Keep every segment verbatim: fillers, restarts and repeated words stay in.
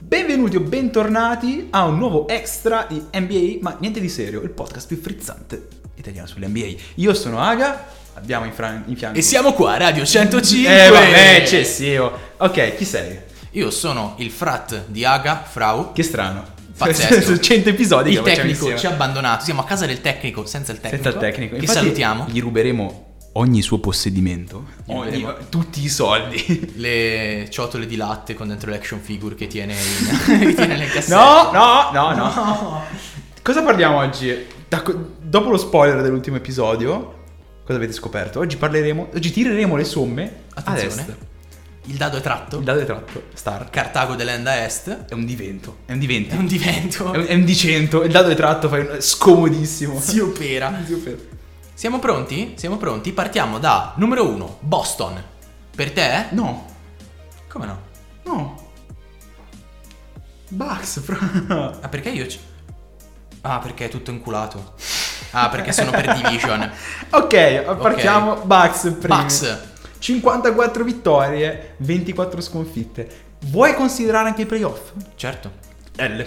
Benvenuti o bentornati a un nuovo extra di N B A, ma niente di serio, il podcast più frizzante italiano sull'N B A. Io sono Aga, abbiamo in, fran- in fianco... E siamo qua, Radio centocinque! Eh vabbè, eccessivo. Ok, chi sei? Io sono il frat di Aga, Frau. Che strano. Pazzesco. Sono cento episodi Il che facciamo tecnico insieme. ci ha abbandonato, siamo a casa del tecnico, senza il tecnico. Senza il tecnico. Che Infatti, salutiamo. Gli ruberemo ogni suo possedimento, Gli ogni, ruberemo. tutti i soldi. Le ciotole di latte con dentro l'action figure che tiene, in, che tiene nel cassetto. No, no, no, no. Cosa parliamo oggi? Da- dopo lo spoiler dell'ultimo episodio, cosa avete scoperto? Oggi parleremo, oggi tireremo le somme Attenzione. ad est. Il dado è tratto. Il dado è tratto. Star. Cartago dell'End a Est. È un divento. È un divento. È un divento. È un, è un dicento. Il dado è tratto, fai un... scomodissimo. Si opera. Si opera. Siamo pronti? Siamo pronti? Partiamo da numero uno, Boston. Per te? No. Come no? No. Bucks, bro. Ah, perché io... c- Ah, perché è tutto inculato. Ah, perché sono per division. Ok, partiamo. Bucks primi. Bucks. cinquantaquattro vittorie, ventiquattro sconfitte. Vuoi considerare anche i playoff? Certo. L.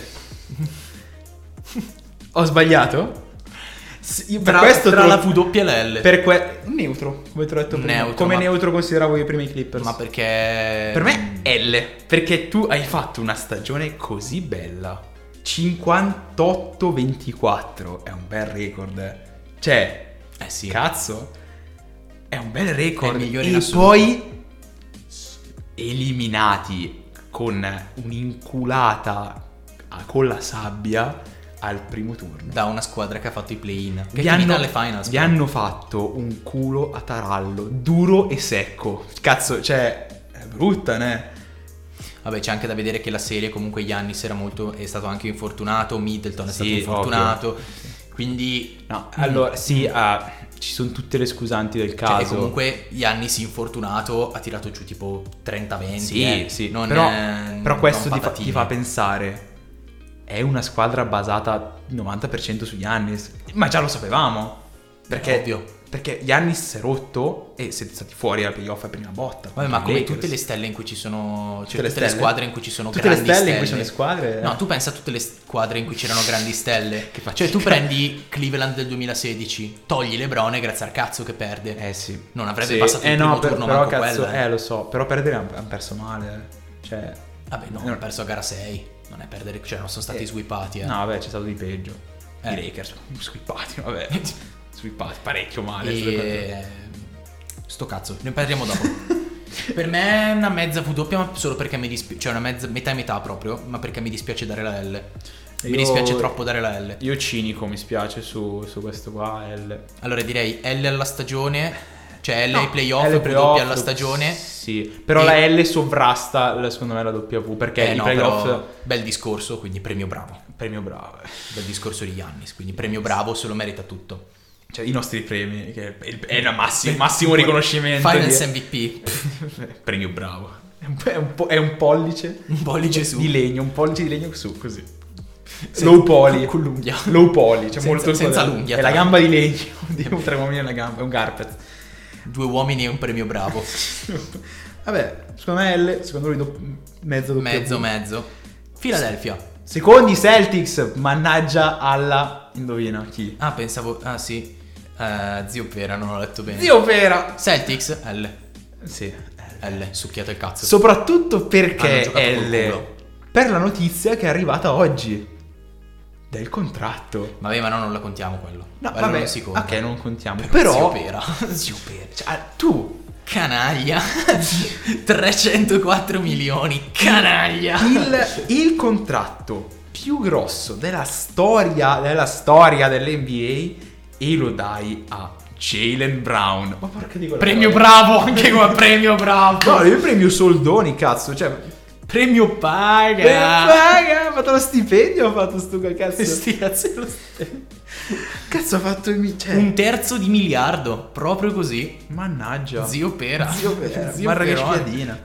Ho sbagliato? Sì, io per Tra, questo tra te lo- la V e la L. Per que- neutro, come te l'ho detto prima. Neutro, Come ma- neutro consideravo io prima i Clippers. Ma perché... Per me L, perché tu hai fatto una stagione così bella. cinquantotto ventiquattro è un bel record. Cioè, Eh sì. cazzo, è un bel record. È il migliore in e assoluto. poi eliminati con un'inculata a- con la sabbia al primo turno. Da una squadra che ha fatto i play-in. Che Vi è finita hanno, alle finals. vi però. hanno fatto un culo a tarallo, duro e secco. Cazzo, cioè, è brutta, ne? Vabbè, c'è anche da vedere che la serie comunque Giannis era molto... È stato anche infortunato, Middleton è stato Sì, infortunato. ovvio. Quindi... No, allora, sì, ah, ci sono tutte le scusanti del Cioè, caso. e comunque Giannis infortunato ha tirato giù tipo trenta venti. Sì, eh. sì, Non però, è- però questo non ti fa, patatine. ti fa pensare. È una squadra basata al novanta per cento su Giannis. Ma già lo sapevamo. Perché, Ovvio. perché Giannis si è rotto e siete stati fuori alla playoff a prima botta. Vabbè, ma contro i come Lakers. tutte le stelle in cui ci sono... Cioè, Tutte le tutte le stelle? squadre in cui ci sono Tutte le grandi stelle in cui sono le squadre? No, tu pensa a tutte le squadre in cui c'erano grandi stelle. Che fatica. Cioè, tu prendi Cleveland del duemilasedici, togli LeBron e grazie al cazzo che perde. Eh sì. Non avrebbe Sì. passato il eh, primo no, per- turno però manco cazzo, quella, eh. eh lo so, però perdere hanno han perso male. eh. Cioè, Vabbè, no, no. hanno perso a gara sei. Non è perdere... Cioè, non sono stati Eh. sweepati, eh. no, vabbè, c'è stato di peggio. Eh. I Lakers, squippati, vabbè. squippati parecchio male. sulle quattro. E... Sto cazzo, ne parliamo dopo. Per me è una mezza W, ma solo perché mi dispiace, cioè una mezza, metà e metà proprio, ma perché mi dispiace dare la L. Mi Io- dispiace troppo dare la L. Io cinico, mi spiace su, su questo qua, L. Allora direi L alla stagione, cioè L No, ai playoff, L ai W playoff, alla stagione. Sì, però E- la L sovrasta la- secondo me la W, perché Eh, i no, playoff... però, bel discorso, quindi premio bravo. Premio bravo. eh. Bel discorso di Giannis, quindi premio bravo se lo merita tutto. Cioè, i nostri premi, che è il, è il massimo, massimo riconoscimento. Finals di- M V P, Premio bravo. È un, è un po', è un pollice un pollice su. di legno, un pollice di legno su, così. Low poly. Con l'unghia. Low poly, cioè Senza- molto senza squadrato. l'unghia, È la tra gamba di legno. Diamo tre uomini alla gamba, è un carpet. Due uomini e un premio bravo. Vabbè, secondo me L, secondo lui do- mezzo doppio. Mezzo, mezzo. Philadelphia. Secondi i Celtics, mannaggia alla... Indovina chi? Ah, pensavo... Ah, sì. Eh, zio Pera, non ho letto bene. Zio Vera! Celtics, L. Sì. L, succhiato il cazzo. Soprattutto Hanno perché giocato col L... culo. Per la notizia che è arrivata oggi. Del contratto. Vabbè, ma no, non la contiamo quello. No, Quello vabbè, non si conta. ok, non contiamo. Però, Però... zio Pera. Zio Pera. Cioè, ah, tu... Canaglia. trecentoquattro milioni. Canaglia. Il, il contratto più grosso della storia, della storia dell'N B A e lo dai a Jaylen Brown. Ma porca di quella Premio parola. bravo, anche qua premio bravo. No, io premio soldoni, cazzo. Cioè, Premio paga. paga, ha fatto lo stipendio, ha fatto sto cazzo. Sti cazzi lo stipendio. Cazzo ha fatto il... mi- Cioè, Un terzo di miliardo, proprio così. mannaggia. Zio Pera. Zio Pera. Zio Marra che Perone. spiadina.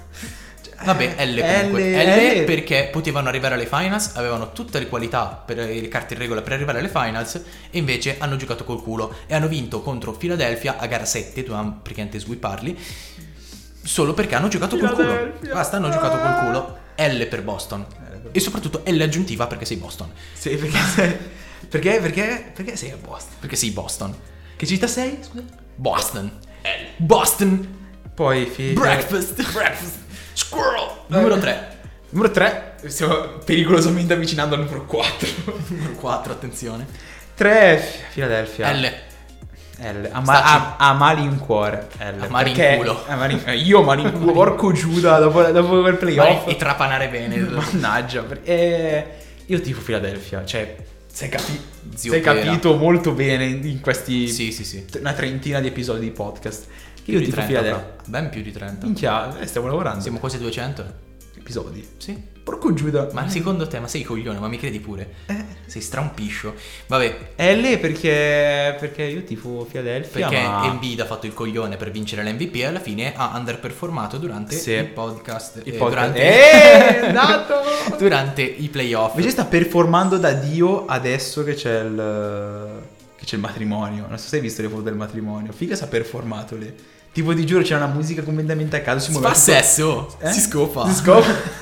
Vabbè, L comunque. L, L, L. perché potevano arrivare alle finals, avevano tutte le qualità per le carte in regola per arrivare alle finals e invece hanno giocato col culo e hanno vinto contro Philadelphia a gara sette, dovevamo praticamente sweeparli, solo perché hanno giocato col culo. Philadelphia. Basta, hanno giocato col culo. L per Boston. E soprattutto L aggiuntiva perché sei Boston. Sì, perché sei, perché, perché, perché sei a Boston? Perché sei Boston. Che città sei? Scusa. Boston. L. Boston. Poi fi- Breakfast. Breakfast. Squirrel. Numero tre. Numero tre. Stiamo pericolosamente avvicinando al numero quattro. Numero quattro, attenzione. tre. Philadelphia. L. L. Ama- a- amari in cuore. L. Amari in Perché- culo. amari- eh, io amari in culo. Porco Giuda. Dopo, dopo quel playoff. E trapanare bene. Mannaggia. Perché io tifo Philadelphia. Cioè, sei, capi- Zio sei Pera. capito molto bene in in questi. Sì, sì, sì. Una trentina di episodi di podcast. Più Io di tifo trenta, Philadelphia. però. Ben più di trenta. Minchia, eh, stiamo lavorando. Siamo quasi duecento. Episodi. Sì. Porco Giuda. Ma secondo te, ma sei coglione, ma mi credi pure? Eh. Sei strampiscio. Vabbè, L perché perché io tifo Philadelphia, perché ma Embiid ha fatto il coglione per vincere l'M V P e alla fine ha underperformato durante Sì. il podcast. il eh, podcast. Durante, Eh, è andato! durante i playoff. Invece sta performando da Dio adesso che c'è il che c'è il matrimonio. Non so se hai visto le foto del matrimonio. Figa si ha performato lì. Tipo di giuro c'è una musica completamente a caso, si Si muove fa tutto- sesso, Eh? si scopa. Si scopa.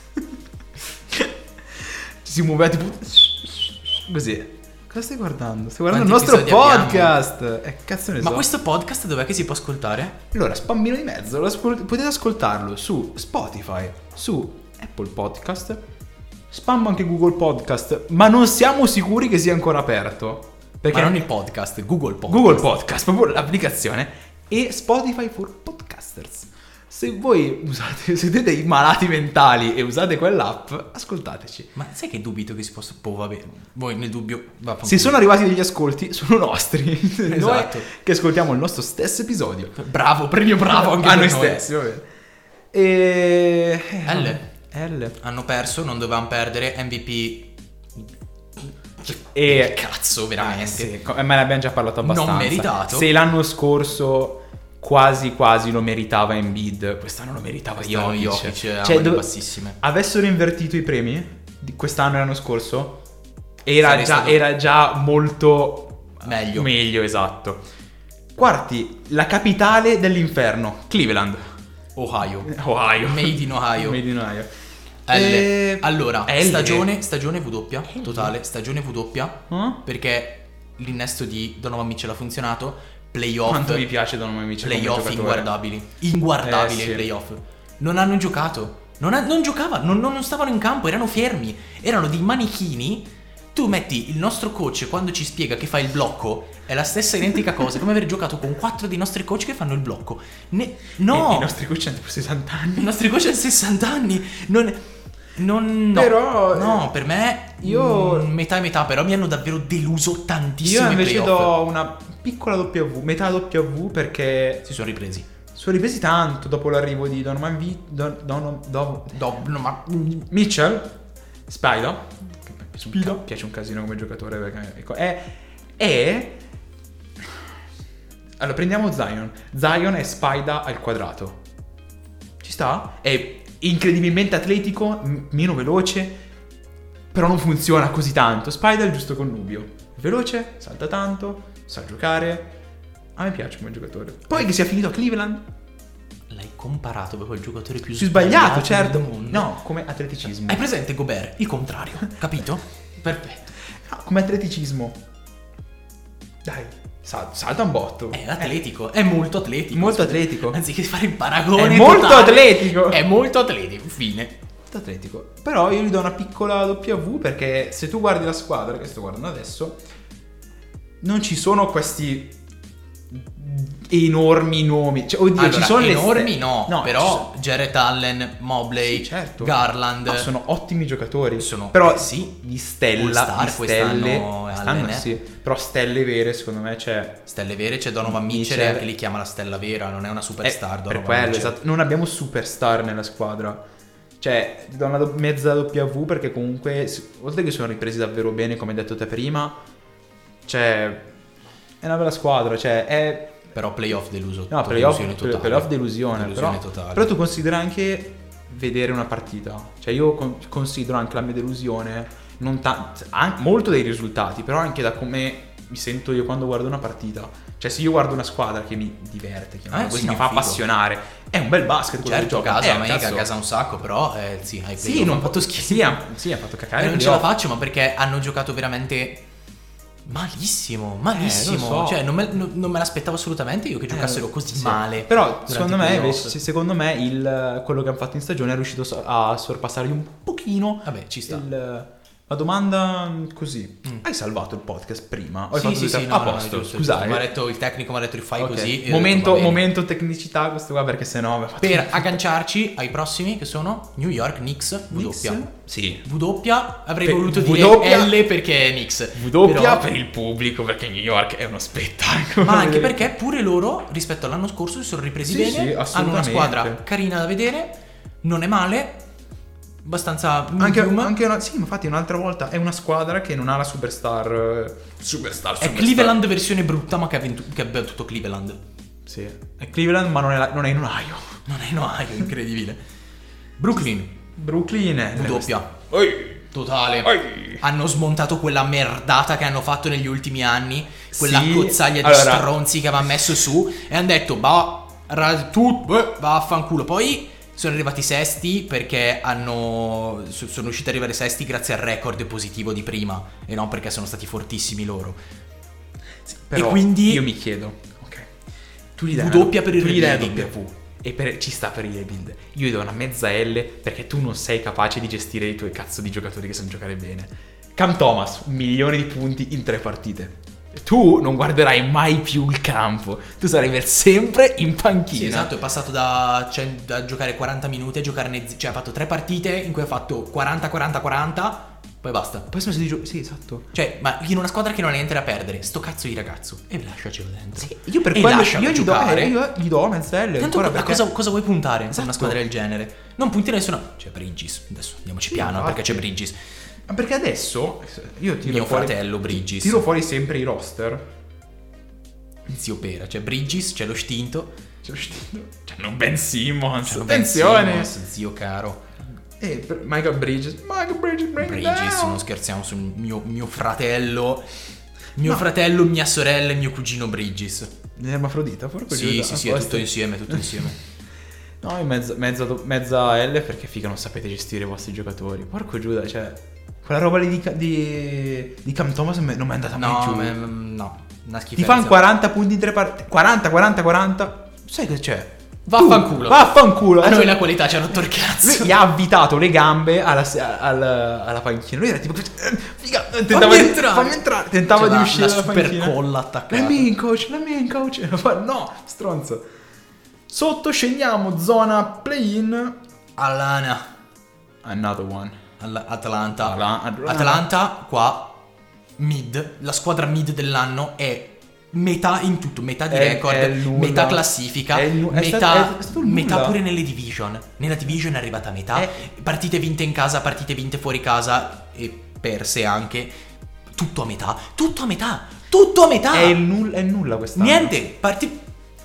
si muoveva tipo così. Cosa stai guardando? Stai guardando Quanti il nostro episodi podcast. Eh, cazzo ne Ma so. questo podcast dov'è che si può ascoltare? Allora, spammino di mezzo, lo ascol- potete ascoltarlo su Spotify, su Apple Podcast, spammo anche Google Podcast, ma non siamo sicuri che sia ancora aperto. Perché Ma non il podcast, Google Podcast. Google Podcast, proprio l'applicazione, e Spotify for Podcasters. Se voi usate, siete dei malati mentali e usate quell'app, ascoltateci. Ma sai che dubito che si possa... Boh, vabbè, voi nel dubbio... Se sono arrivati degli ascolti, sono nostri. Esatto. Noi che ascoltiamo il nostro stesso episodio. Bravo, premio bravo anche a per noi noi. stessi, va bene. E... L. L. Hanno perso, non dovevamo perdere, M V P... E... Cazzo, veramente. Ah, sì, co- ma ne abbiamo già parlato abbastanza. Non meritato. Se l'anno scorso quasi quasi lo meritava Embiid, quest'anno lo meritava Quest'anno Jokic. Jokic ha Cioè, mani dove- bassissime. avessero invertito i premi di quest'anno e l'anno scorso, era Sarei già, stato- era già molto Meglio. meglio, esatto. Quarti, la capitale dell'inferno, Cleveland, Ohio. Ohio. Made in Ohio. Made in Ohio. L. Eh, Allora, L. stagione, stagione W, totale, stagione W, Eh? perché l'innesto di Donovan Mitchell ha funzionato, playoff, Quanto mi piace Donovan Mitchell come playoff giocatore. inguardabili, inguardabili Eh, sì. i playoff. Non hanno giocato, non, ha- non giocavano, non, non stavano in campo, erano fermi, erano dei manichini. Tu metti il nostro coach quando ci spiega che fa il blocco, è la stessa identica cosa, come aver giocato con quattro dei nostri coach che fanno il blocco. Ne- no! E i nostri coach hanno tipo sessanta anni. I nostri coach hanno sessanta anni. Non. Non. No. Però, No, per me. io- mm, Metà e metà, però mi hanno davvero deluso tantissimo. Io i invece playoff. do una piccola W, metà W perché Si sono ripresi. sono ripresi tanto dopo l'arrivo di Donovan V. Don, Don, Don- Do- no, ma. Mitchell, Spider, che mi piace un, ca- piace un casino come giocatore perché ecco, è, è allora prendiamo Zion. Zion è Spider al quadrato. Ci sta? È incredibilmente atletico, m- meno veloce, però non funziona così tanto. Spider è il giusto connubio. Veloce, salta tanto, sa giocare. A me piace come giocatore. Poi che sia finito a Cleveland, L'hai comparato proprio al giocatore più si è sbagliato, sbagliato certo. del mondo. No, come atleticismo. Hai presente Gobert? Il contrario, capito? Perfetto. No, come atleticismo. Dai, sal- salta un botto. È atletico, è molto atletico. Molto atletico. Anziché fare il paragone. È molto totale, atletico. È molto atletico, fine. Molto atletico. Però io gli do una piccola W perché se tu guardi la squadra che sto guardando adesso, non ci sono questi enormi nomi. Cioè, oddio, Allora, ci sono le enormi ste- no, ci però sono- Jarrett Allen, Mobley, Sì, certo. Garland No, sono ottimi giocatori. Sono- però eh, sì. di stella, All-star di quest'anno stelle, Allen, quest'anno eh. sì. Però stelle vere secondo me c'è. stelle vere, c'è Donovan Mitchell, Mitchell. e anche li chiama la stella vera, non è una Eh, superstar per Donovan quello, Mitchell. esatto. Non abbiamo superstar nella squadra. Cioè, ti do una do- mezza W perché comunque, s- oltre che sono ripresi davvero bene, come hai detto te prima, cioè, è una bella squadra, cioè, è... Però playoff deluso. No, playoff, delusione totale. playoff delusione, Delusione però, totale. però tu considera anche vedere una partita. Cioè, io con- considero anche la mia delusione, non ta- an- molto dai risultati, però anche da come mi sento io quando guardo una partita. Cioè se io guardo una squadra che mi diverte, che Eh, così sì, mi no, fa figo. appassionare, è un bel basket quello Certo, che gioca. casa, Eh, mega, cazzo. casa un sacco, però eh, sì, hai Sì, non ha fatto schifo. Sì, ha, sì, ha fatto cacare. E non i ce la playoff. faccio, ma perché hanno giocato veramente malissimo, malissimo. Eh, lo so. Cioè, non me, non- non me l'aspettavo assolutamente io che giocassero Eh, così sì. male. Però durante secondo i me, playoff. invece, secondo me il, quello che hanno fatto in stagione è riuscito so- a sorpassargli un pochino. Vabbè, ci sta. il- la domanda così. Mm. Hai salvato il podcast prima? O hai Sì, fatto sì, tutte- sì, a no, no, posto, è giusto, scusate. giusto. Mi ha detto il tecnico, mi ha detto fai Ok. così. e ho Momento, detto, va bene. momento tecnicità questo qua perché sennò mi ha fatto Per agganciarci ai prossimi che sono New York Knicks W. Knicks? Sì. W avrei Per- voluto W- dire L perché è Knicks. W Però- per il pubblico perché New York è uno spettacolo. Ma anche perché pure loro rispetto all'anno scorso si sono ripresi Sì, bene. sì, hanno una assolutamente. squadra carina da vedere, non è male, abbastanza Anche, medium. anche una, sì, infatti un'altra volta è una squadra che non ha la superstar. eh, Superstar, È superstar. Cleveland versione brutta, ma che ha, ventu- che ha battuto Cleveland. Sì, è Cleveland, ma non è, la- non è in Ohio. Non è in Ohio, incredibile. Brooklyn, Brooklyn è. W. Oi, Totale. oi. Hanno smontato quella merdata che hanno fatto negli ultimi anni, quella Sì, cozzaglia di allora- stronzi che avevano messo su e hanno detto bah, ra- tu beh, vaffanculo. Poi sono arrivati sesti perché hanno so- sono riusciti ad arrivare sesti grazie al record positivo di prima e non perché sono stati fortissimi loro. Però e quindi io mi chiedo, ok, tu gli dai W una- per il tu gli dai rebuilding. W e per- ci sta per il rebuild. Io gli do una mezza L perché tu non sei capace di gestire i tuoi cazzo di giocatori che sanno giocare bene. Cam Thomas, un milione di punti in tre partite. Tu non guarderai mai più il campo, tu sarai per sempre in panchina. sì, esatto, è passato da, cioè, da giocare quaranta minuti a giocarne, cioè ha fatto tre partite in cui ha fatto quaranta quaranta quaranta, poi basta. Poi smesso di giocare. Sì, esatto. Cioè, ma in una squadra che non ha niente da perdere, sto cazzo di ragazzo, e lasciacelo dentro. Sì, io per E quello lascialo io gli, do, giocare. eh, io gli do mezza L. Tanto ancora a perché- cosa, cosa vuoi puntare in Esatto. una squadra del genere? Non punti nessuno. C'è Bridges, adesso andiamoci Sì, piano infatti. perché c'è Bridges. Ma perché adesso io tiro Mio fuori, fratello Bridges. tiro fuori sempre i roster. Zio Pera, c'è Bridges, c'è lo Stinto, C'è non Ben Simmons. c'è lo Ben Attenzione. Simmons, zio caro. E per- Michael Bridges. Michael Bridges, bring it Bridges, down. non scherziamo sul mio, mio fratello. Mio No. fratello, mia sorella e mio cugino Bridges. L'ermafrodita, porco Sì, Giuda, sì, a sì, è posto. tutto insieme, tutto insieme. No, io mezza, mezza, do- mezza L perché figa non sapete gestire i vostri giocatori. Porco Giuda, cioè quella roba lì di, Ca- di, di Cam Thomas me- non mi è andata mai No, giù. me- no, una schifezza. Ti fanno quaranta punti in tre partite. quaranta, quaranta, quaranta. Sai che c'è? Vaffanculo. Tu, Vaffanculo. A noi Adesso- la qualità ci ha rotto il cazzo. Lui gli ha avvitato le gambe alla, al- alla panchina. Lui era tipo, eh, figa, tentava Fammi di entrare. fammi entrare. Tentava C'è di la- uscire la dalla super panchina. colla attaccata. La main coach, la main coach. E fa, no, stronzo. Sotto scendiamo zona play-in. Alana. Another one. Atlanta. Ala- Atlanta. Atlanta qua mid, la squadra mid dell'anno è metà in tutto, metà di È- record, è il nulla. metà classifica, È il nu- è metà, stato- è stato il metà nulla. pure nelle division. Nella division è arrivata a metà, È- partite vinte in casa, partite vinte fuori casa e perse anche. Tutto a metà, tutto a metà, tutto a metà. È il nulla, è il nulla quest'anno. Niente, parti...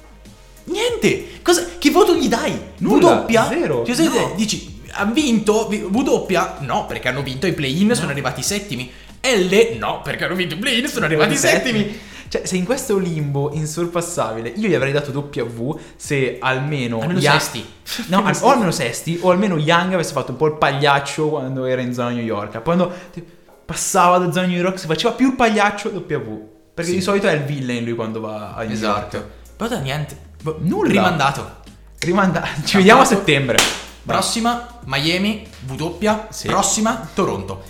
Niente. Cosa... Che voto gli dai? Nulla, W? zero. Cioè, se No. dici, ha vinto W? No, perché hanno vinto i play-in, sono arrivati settimi. L? No, perché hanno vinto i play-in, sono arrivati settimi. Cioè, se in questo limbo insorpassabile io gli avrei dato W se almeno Almeno Ya- sesti. No, al- o almeno sesti, o almeno Young avesse fatto un po' il pagliaccio quando era in zona New York. Quando te- passava da zona New York si faceva più il pagliaccio W. Perché Sì. di solito è il villain lui quando va a New Esatto. York. Però da niente. Boh, Nulla. Rimandato. Rimanda- Ci vediamo a settembre. Prossima, Miami, W. Sì. Prossima, Toronto.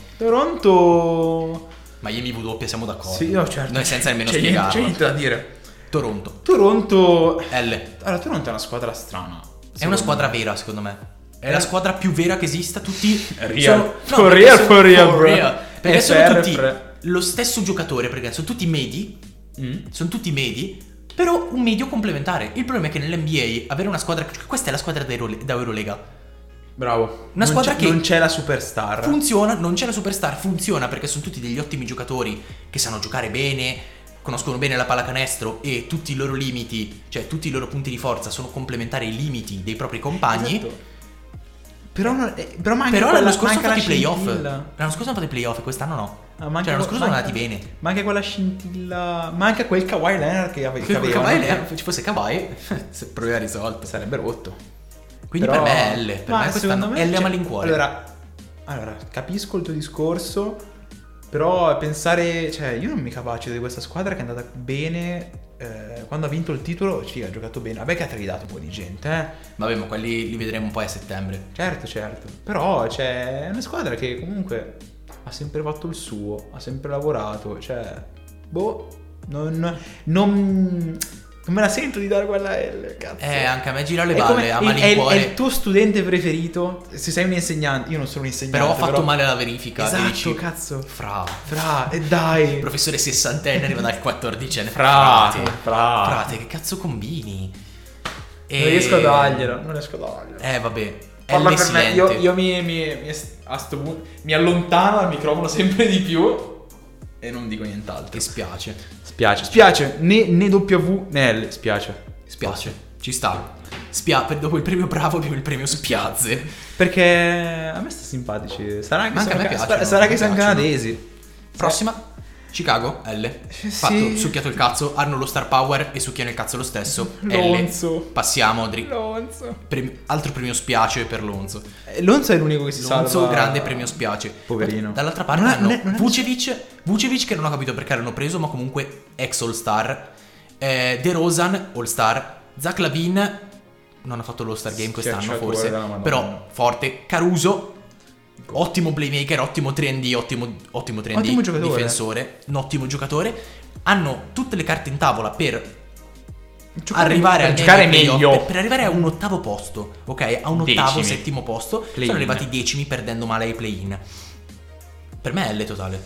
Toronto. Miami W, siamo d'accordo. Sì, no, certo. Noi senza nemmeno C'è niente- spiegarlo. C'è niente da dire. Toronto. Toronto. L. Allora, Toronto è una squadra strana. È una secondo squadra me. vera, secondo me. È Eh. la squadra più vera che esista. Tutti Real. sono- For perché real, sono- for real, for bro. real. Perché F sono R, tutti fre- lo stesso giocatore, perché sono tutti medi. Mm? Sono tutti medi. Però un medio complementare. Il problema è che nell'N B A avere una squadra. Questa è la squadra da, Euro- da Eurolega. Bravo. Una Non squadra c'è- che non c'è la superstar. Funziona, non c'è la superstar, funziona perché sono tutti degli ottimi giocatori che sanno giocare bene, conoscono bene la pallacanestro e tutti i loro limiti, cioè tutti i loro punti di forza sono complementari ai limiti dei propri compagni. Esatto. Però, non- eh, però manca Però quella, l'anno scorso manca hanno la fatto i playoff. scintilla. L'anno scorso hanno fatto i playoff e quest'anno no. Ah, manca Cioè l'anno quel- scorso sono manca- andati bene. Manca quella scintilla. Manca quel Kawhi Leonard che ave- che Se avevano. Kawhi Leonard- ci fosse Kawhi, se il problema è risolto. Sarebbe rotto. Quindi Però- per me è L. Per ma me secondo quest'anno me, L a cioè, malincuore. Allora, allora, capisco il tuo discorso, però pensare, cioè, io non mi capace di questa squadra che è andata bene eh, quando ha vinto il titolo, sì, ha giocato bene. Vabbè che ha tradato un po' di gente, eh. Vabbè, ma quelli li vedremo un po' a settembre. Certo, certo. Però, cioè, è una squadra che comunque ha sempre fatto il suo, ha sempre lavorato, cioè, boh, non non non me la sento di dare quella L, cazzo. Eh, anche a me gira le È balle, come- a è- è, malincuore. è il tuo studente preferito. Se sei un insegnante, io non sono un insegnante. Però ho fatto male alla verifica. Esatto, e dici, cazzo. Fra. Fra, e dai. Il professore sessantenne arriva dal quattordicenne. Fra, Frate, fra. frate, che cazzo combini? E... Non riesco a darglielo, non riesco a darglielo. Eh, vabbè. Parla L per me, silente. io, io mi, mi, mi, a sto punto, mi allontano dal microfono sempre di più e non dico nient'altro. Ti spiace. Spiace, spiace, né, né W né L, spiace. Spiace. Ci sta. Spia- per- dopo il premio bravo abbiamo il premio spiazze. Perché a me sta simpatici. Sarà che Ma anche sono, a me ca- piacciono, sarà che mi sono piacciono. canadesi. Prossima. Chicago, L. Sì. Fatto, succhiato il cazzo, hanno lo star power e succhiano il cazzo lo stesso. Lonzo. L. Passiamo, dri- Lonzo. premi- altro premio spiace per Lonzo. Eh, Lonzo è l'unico che si Lonzo, salva. grande premio spiace. Poverino. Dall'altra parte Non è- hanno non è- non è- Vucevic, Vucevic che non ho capito perché l'hanno preso, ma comunque ex All Star. Eh, De Rozan, All Star. Zach Lavin, non ha fatto l'All Star Game quest'anno Schiacciatore forse, della Madonna. però forte. Caruso, ottimo playmaker, ottimo tre and D, ottimo, ottimo tre and D, Ottimo giocatore. difensore, un ottimo giocatore. Hanno tutte le carte in tavola per Giocare- arrivare per al giocare playoff, meglio. per, per arrivare a un ottavo posto, ok? A un ottavo, Decimi. settimo posto. Play-in. Sono arrivati decimi perdendo male ai play-in. Per me è L totale.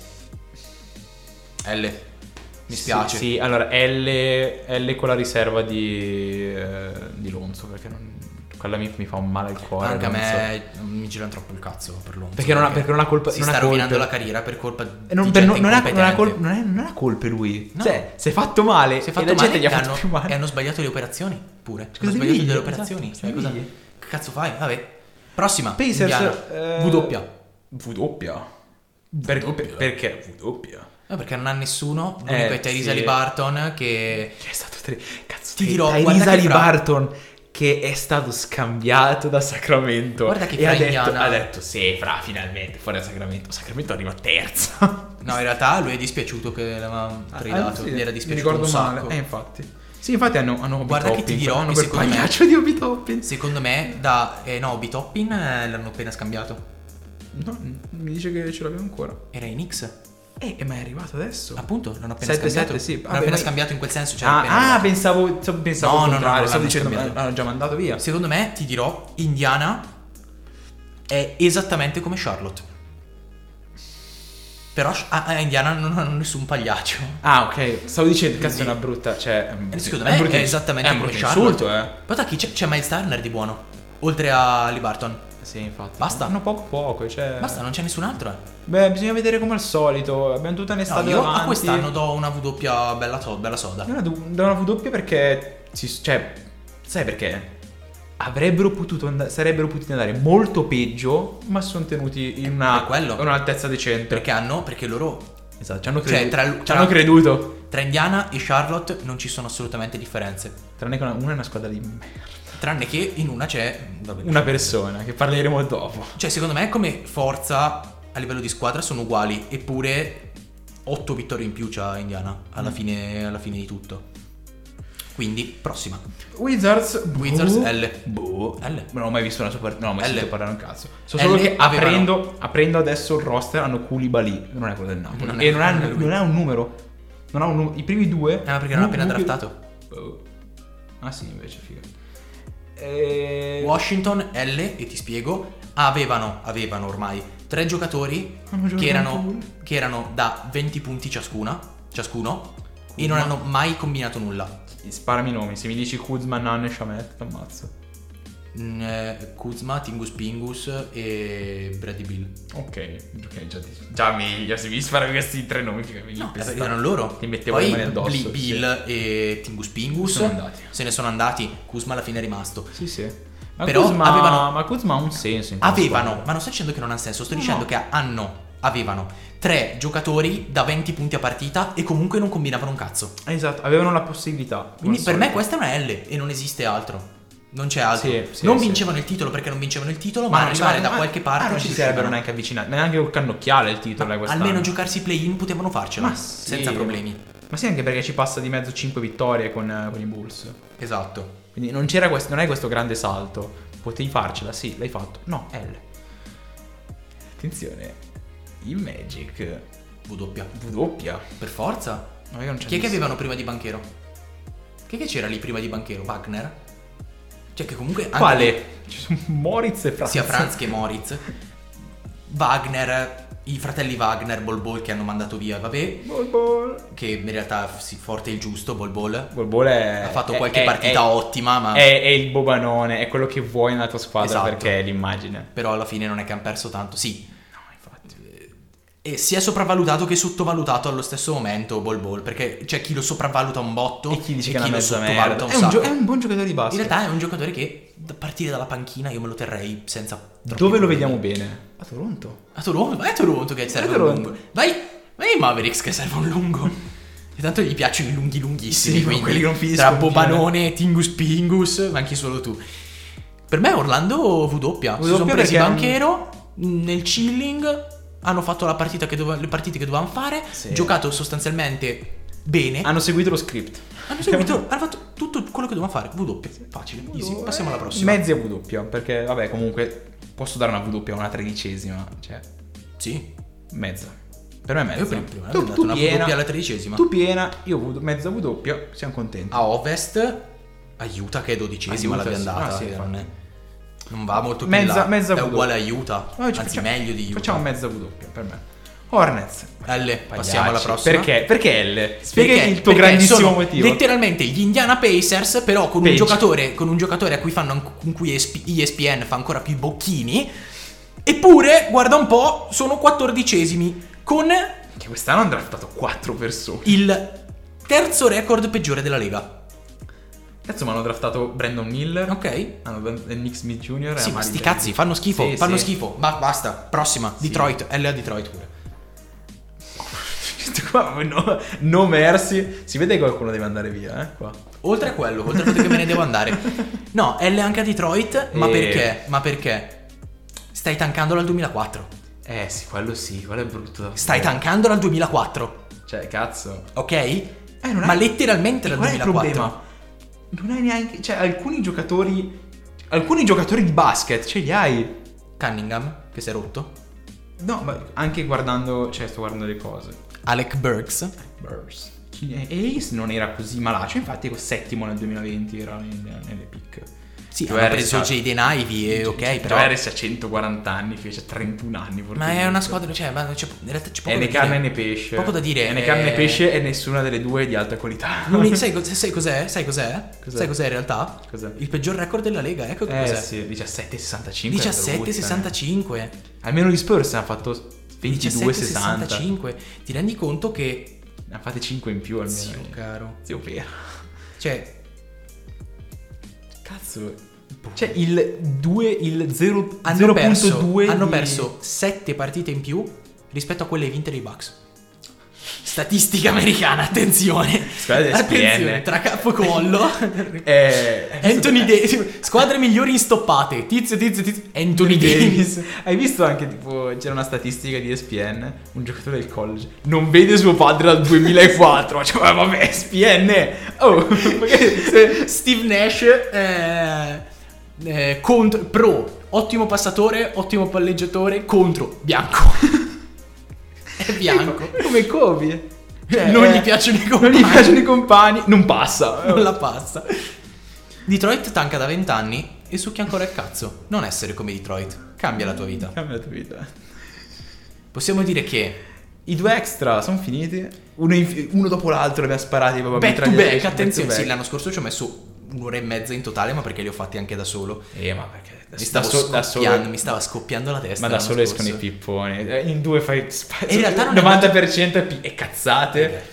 L. Mi spiace. Sì, sì, allora L, L con la riserva di, eh, di Lonzo, perché non, quella mi, mi fa un male al cuore. Anche a Lonzo. me mi girano troppo il cazzo per Lonzo. Perché non ha- perché non ha colpa- Si non ha sta rovinando colpe. la carriera per colpa E di non, per- gente non, ha, non, ha incompetente. col- non, è- non ha colpe lui. No. Cioè, si è fatto male. Si è e fatto la male gente gli ha e fatto hanno, più male. e hanno sbagliato le operazioni pure. Cosa Hanno devi sbagliato dire? delle operazioni. Esatto, Cioè, cosa... devi dire? Che cazzo fai? Vabbè. Prossima. Pacers, Indiana. eh, V doppia. V doppia. Per- doppia. per- perché V doppia? No, perché non ha nessuno. L'unico Eh, è Tyrese sì. Haliburton che... C'è stato tre. Cazzo, Ti Ty- dirò, Tyrese guarda che fra- Haliburton che è stato scambiato da Sacramento. Guarda che e ha fra detto, Indiana- ha detto sì, fra finalmente fuori da Sacramento. Sacramento arriva terza. No, in realtà lui è dispiaciuto che l'aveva tradato. Ah, sì, Gli era mi dispiaciuto ricordo un male. sacco. Eh, infatti. Sì, infatti hanno, hanno Obi Guarda che Toppin, ti dirò hanno che quel secondo me- pagliaccio di Obi Toppin. Secondo me da... Eh no, Obi Toppin eh, l'hanno appena scambiato. No, mi dice che ce l'abbiamo ancora. Era in X. Eh, ma è arrivato adesso. Appunto, l'hanno appena sette scambiato. sette, sì. L'hanno Vabbè, appena ma- scambiato in quel senso. Cioè Ah, appena ah, arrivato. pensavo, so- pensavo No, al no, no, contrario, no, stavo l'hanno dicendo scambiato. l'hanno già mandato via. Secondo me, ti dirò, Indiana è esattamente come Charlotte. Però a a Indiana non hanno nessun pagliaccio. Ah, ok. Stavo dicendo, cazzo, è Quindi- una brutta, cioè E secondo è me un brutto- è esattamente è un come brutto Charlotte. insulto, eh. Però da chi c'è, c'è Miles Turner di buono? Oltre a Haliburton. Sì, infatti. Basta. Hanno poco poco, cioè. Basta, non c'è nessun altro. Eh. Beh, bisogna vedere come al solito. Abbiamo tutta No, un'estate io davanti. a quest'anno do una W bella, to- bella soda. Da una, da una W perché si- cioè, sai perché? Avrebbero potuto andare, sarebbero potuti andare molto peggio, ma si sono tenuti in una Per quello. in un'altezza decente. Perché hanno, perché loro Esatto, ci hanno Cioè, creduto. tra- ci tra- hanno creduto. tra Indiana e Charlotte non ci sono assolutamente differenze. Tranne che una, una è una squadra di merda. Tranne che in una c'è vabbè, Una persona che parleremo dopo. Cioè, secondo me come forza a livello di squadra sono uguali, eppure otto vittorie in più c'ha Indiana alla, Mm. fine, alla fine di tutto. Quindi, prossima. Wizards Wizards, boh, L. boh. L. Non ho mai visto una super. Non ho mai L. sentito parlare un cazzo. So L solo che avevano- aprendo, aprendo adesso il roster hanno Koulibaly. Non è quello del Napoli. Non è- e non ha, non è lui. non ha un numero. Non ha un numero. I primi due. Eh, ma perché non ha nu- appena nucleo- draftato. Boh. Ah sì, invece figa. E... Washington, L, e ti spiego, avevano, avevano ormai tre giocatori Hanno giocato che erano, pure. che erano da venti punti ciascuna, ciascuno, e non hanno mai combinato nulla. Sparami i nomi. Se mi dici Kuzma, Nan e Shamet, t'ammazzo. Mm, eh, Kuzma, Tingus Pingus e Brady Bill. Ok, ok, già, già meglio. Se mi sparavi questi tre nomi, figa, mi No, pesta- erano loro. Ti mettevo Poi le mani addosso. Bli- sì. Bill e Tingus Pingus Sono andati. se ne sono andati. Kuzma alla fine è rimasto. Sì, sì. Ma Però Kuzma, avevano- ma Kuzma ha un senso in quella Avevano, squadra. ma non sto dicendo che non ha senso, sto No, dicendo no. che hanno, avevano tre giocatori da venti punti a partita e comunque non combinavano un cazzo. Esatto, avevano la possibilità. Quindi come per al me solito. questa è una L e non esiste altro. Non c'è altro. Sì, sì, non sì. vincevano il titolo perché non vincevano il titolo, ma, non arrivare ci- da ma- qualche parte ah, non ci ci sarebbero riuscivano. neanche avvicinati, ma neanche col cannocchiale il titolo è quest'anno. Almeno giocarsi play-in potevano farcela Ma sì. senza problemi. Ma sì, anche perché ci passa di mezzo cinque vittorie con, con i Bulls. Esatto. Quindi non c'era questo, non è questo grande salto. Potevi farcela, sì, l'hai fatto. No, L. Attenzione. Il Magic V doppia. V doppia. Per forza. No, io non c'è Chi è che visto. avevano prima di Banchero? Chi è che c'era lì prima di Banchero? Wagner? Cioè che comunque anche Quale? Ci sono Moritz e Franz. sia Franz che Moritz. Wagner, i fratelli Wagner, Bol Bol che hanno mandato via, vabbè, Bol Bol. che in realtà sì, forte il giusto, Bol Bol. Bol Bol è... Ha fatto è- qualche è- partita è- ottima, ma È, è il bobanone, è quello che vuoi nella tua squadra Esatto. perché è l'immagine. però alla fine non è che hanno perso tanto. Sì, No, infatti. e si è sopravvalutato che sottovalutato allo stesso momento Bol Bol, perché c'è chi lo sopravvaluta un botto E chi dice che è chi una lo mezza sottovaluta merda. un È un, sacco. gio- è un buon giocatore di In basket. realtà è un giocatore che da partire dalla panchina io me lo terrei senza troppi Dove lo problemi. vediamo bene? A Toronto. A Toronto, vai a Toronto che serve a un Toronto. lungo. Vai, vai ai Mavericks che serve un lungo. E tanto gli piacciono i lunghi lunghissimi, Sì, quindi quelli che non finiscono tra più, Bobanone, Tingus Pingus, ma anche solo tu. Per me Orlando V doppia. V Si sono doppia presi perché- Banchero nel chilling, hanno fatto la partita che dove- le partite che dovevano fare, Sì. giocato sostanzialmente bene. Hanno seguito lo script. Hanno seguito, hanno fatto tutto quello che dovevano fare. V doppia, facile, easy. Passiamo alla prossima. Mezzi a V doppia, perché vabbè, comunque posso dare una V doppia a una tredicesima, cioè Sì. mezza. Per me è mezza. Io prima, prima tu, avevo dato tu una V piena, doppia alla tredicesima. tu piena, io V- mezza V doppia, siamo contenti. A Ovest aiuta che è dodicesima Aiuta, l'abbiamo sì. andata. Ah, sì, eh, non, è- infatti. non va molto più Mezza- in là. mezza è V uguale a doppia. aiuta. No, ci Anzi, facciamo- meglio di aiuta. Facciamo mezza V doppia per me. Hornets. L, passiamo alla Pagliacci. prossima. Perché? Perché L? Spiega Perché- il tuo perché grandissimo sono motivo. letteralmente gli Indiana Pacers, però con un Page. giocatore con un giocatore a cui fanno anc- con cui E S P E S P N fa ancora più i bocchini. Eppure, guarda un po', sono quattordicesimi con Che quest'anno hanno draftato quattro persone. il terzo record peggiore della Lega. Cazzo, ma hanno draftato Brandon Miller. Ok? Hanno il Nick Smith Junior Sì, e ma Amari sti Bradley. cazzi, fanno schifo, Sì, fanno sì. schifo. Ba- basta, prossima, Detroit, L a Detroit pure. Qua, no, no mercy. Si vede che qualcuno deve andare via, eh, qua. Oltre a quello, oltre al fatto che me ne devo andare. No, L anche a Detroit, ma E- perché? Ma perché? Stai tankando dal duemilaquattro. Eh sì, quello sì, quello è brutto. Stai tankando dal duemilaquattro, Cioè, cazzo. ok? Eh, non Ma è- letteralmente E dal qual è il duemilaquattro. problema? Non hai neanche... Cioè, alcuni giocatori... Alcuni giocatori di basket ce li hai. Cunningham, che si è rotto. No, ma anche guardando... Cioè, sto guardando le cose. Alec Burks. Burst. E Ace non era così malaccio, infatti ero settimo nel duemilaventi, era nelle, nelle pick. Sì, Joe hanno Harris preso ha- Jaden Ivey e ok, Joe però... Harris ha centoquaranta anni, fece trentuno anni. Ma è una squadra, cioè, ma c'è, in realtà c'è poco È da né carne dire. né pesce. Poco da dire. È né carne né eh, pesce e nessuna delle due è di alta qualità. l'uni- sai, cos- sai cos'è? Sai cos'è? Cos'è? Sai cos'è in realtà? Cos'è? Il peggior record della Lega, ecco che Eh cos'è. sì, diciassette sessantacinque. diciassette sessantacinque. Almeno gli Spurs hanno fatto ventidue diciassette sessanta. sessantacinque. Ti rendi conto che... Ne hanno fatte cinque in più almeno. Zio caro. Zio Pera. Cioè, Cazzo. Cioè il due, il zero, hanno perso, zero virgola due hanno di- perso sette partite in più rispetto a quelle vinte dai Bucks. Statistica americana, attenzione. Squadra di S P N. Attenzione, tra capo e collo. Eh, Anthony Davis. Squadre migliori in stoppate. Tizio, tizio, tizio. Anthony Davis. Hai visto anche tipo c'era una statistica di E S P N, un giocatore del college non vede suo padre dal duemilaquattro. Cioè, ma vabbè, E S P N. Oh, magari se- Steve Nash eh, eh, contro pro, ottimo passatore, ottimo palleggiatore, contro bianco. È bianco. come Kobe. Cioè, Non eh, gli piacciono i Non compagni. gli piacciono i compagni, non passa. Non la passa. Detroit tanca da venti anni e succhia ancora il cazzo. Non essere come Detroit. Cambia la tua vita. Cambia la tua vita. Possiamo dire che I due extra sono finiti. Uno, in- uno dopo l'altro li abbiamo sparati proprio back to mitragliati, back, attenzione. back to Sì, back. l'anno scorso ci ho messo un'ora e mezza in totale, ma perché li ho fatti anche da solo. Eh, ma perché da, Mi da stavo so- da scoppiando, solo, mi stava scoppiando la testa. ma da l'anno solo escono i scorso. pipponi. Eh, In due fai sp- E in realtà non è novanta per cento è, pi- è cazzate.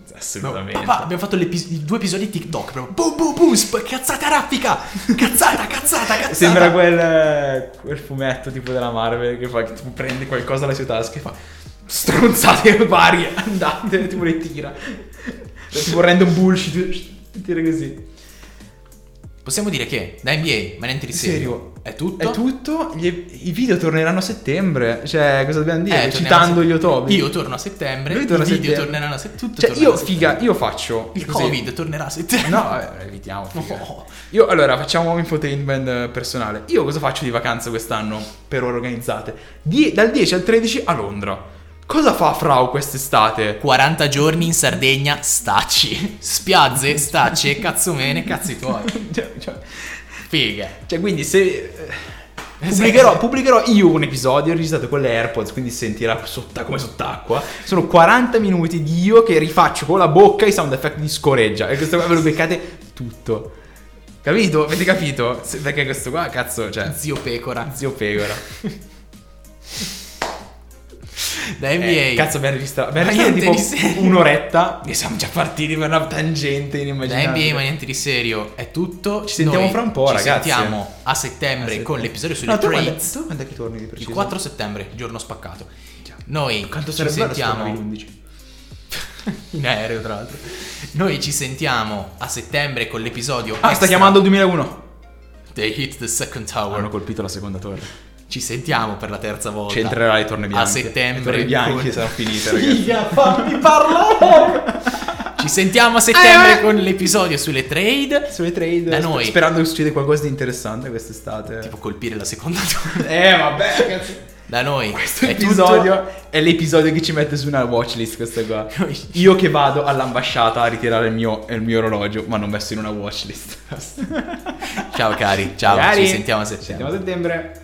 Assolutamente. Papà, abbiamo fatto l'epis- i due episodi di TikTok proprio. Boom boom boom, sp- cazzata raffica. Cazzata, cazzata, cazzata. Sembra quel, quel fumetto tipo della Marvel che fa che tipo prende qualcosa dalla sua tasca e fa stronzate varie, andate, tipo le tira. Tipo random bullshit, tira così. Possiamo dire che da N B A, ma niente di serio, Serio? è tutto. È tutto, Gli- i video torneranno a settembre. Cioè, cosa dobbiamo dire? Eh, torniamo Citando a gli se- Otobi. Io torno a settembre, Lui i torna a video settembre. torneranno a settembre. Tutto Cioè, tornerà io, a figa, settembre. io faccio Il così. Covid tornerà a settembre. No, eh, evitiamo. Figa. No. Io, allora, facciamo infotainment personale. Io cosa faccio di vacanza quest'anno per ore organizzate? Die- dal dieci al tredici a Londra. Cosa fa Frau quest'estate? quaranta giorni in Sardegna, stacci. Spiazze, stacce, cazzomene, cazzi tuoi. Cioè, cioè, Figa. cioè, quindi se... eh, Pubblicherò, pubblicherò io un episodio registrato con le AirPods, quindi si sentirà sotta, come sott'acqua. Sono quaranta minuti di io che rifaccio con la bocca i sound effect di scoreggia. E questo qua ve lo beccate tutto. Capito? Avete capito? Se- Perché questo qua, cazzo, cioè... Zio Pecora. Zio Pecora. Da N B A. Eh, cazzo, abbiamo registrato. Abbiamo Ma registrato niente tipo di serio. un'oretta e siamo già partiti per una tangente Da N inimmaginabile. B A, ma niente di serio, è tutto. Ci sentiamo Noi fra un po', ci ragazzi. sentiamo a settembre Ah, con sì. l'episodio sulle No, tu quando, trades. tu quando è che torni di preciso? Il quattro settembre, giorno spaccato. Noi Quanto ci sarebbe bello se sentiamo tornavi l'undici? in aereo, tra l'altro. Noi ci sentiamo a settembre con l'episodio. Ah, sta extra. chiamando il duemilauno. They hit the second tower. Hanno colpito la seconda torre. Ci sentiamo per la terza volta. C'entrerà le torne bianche. A settembre. Le torne bianche con- saranno finite, ragazzi. Figa, fammi parlare. Ci sentiamo a settembre Eh. con l'episodio sulle trade. Sulle trade. Da sper- noi. Sperando che succeda qualcosa di interessante quest'estate. Tipo colpire la seconda torre. Eh, vabbè, ragazzi. Da noi. Questo è episodio tutto. è l'episodio che ci mette su una watchlist. Questo qua. Noi- Io che vado all'ambasciata a ritirare il mio, il mio orologio, ma non messo in una watchlist. Ciao cari, ciao, Cari. ci sentiamo a Ci settembre. sentiamo a settembre.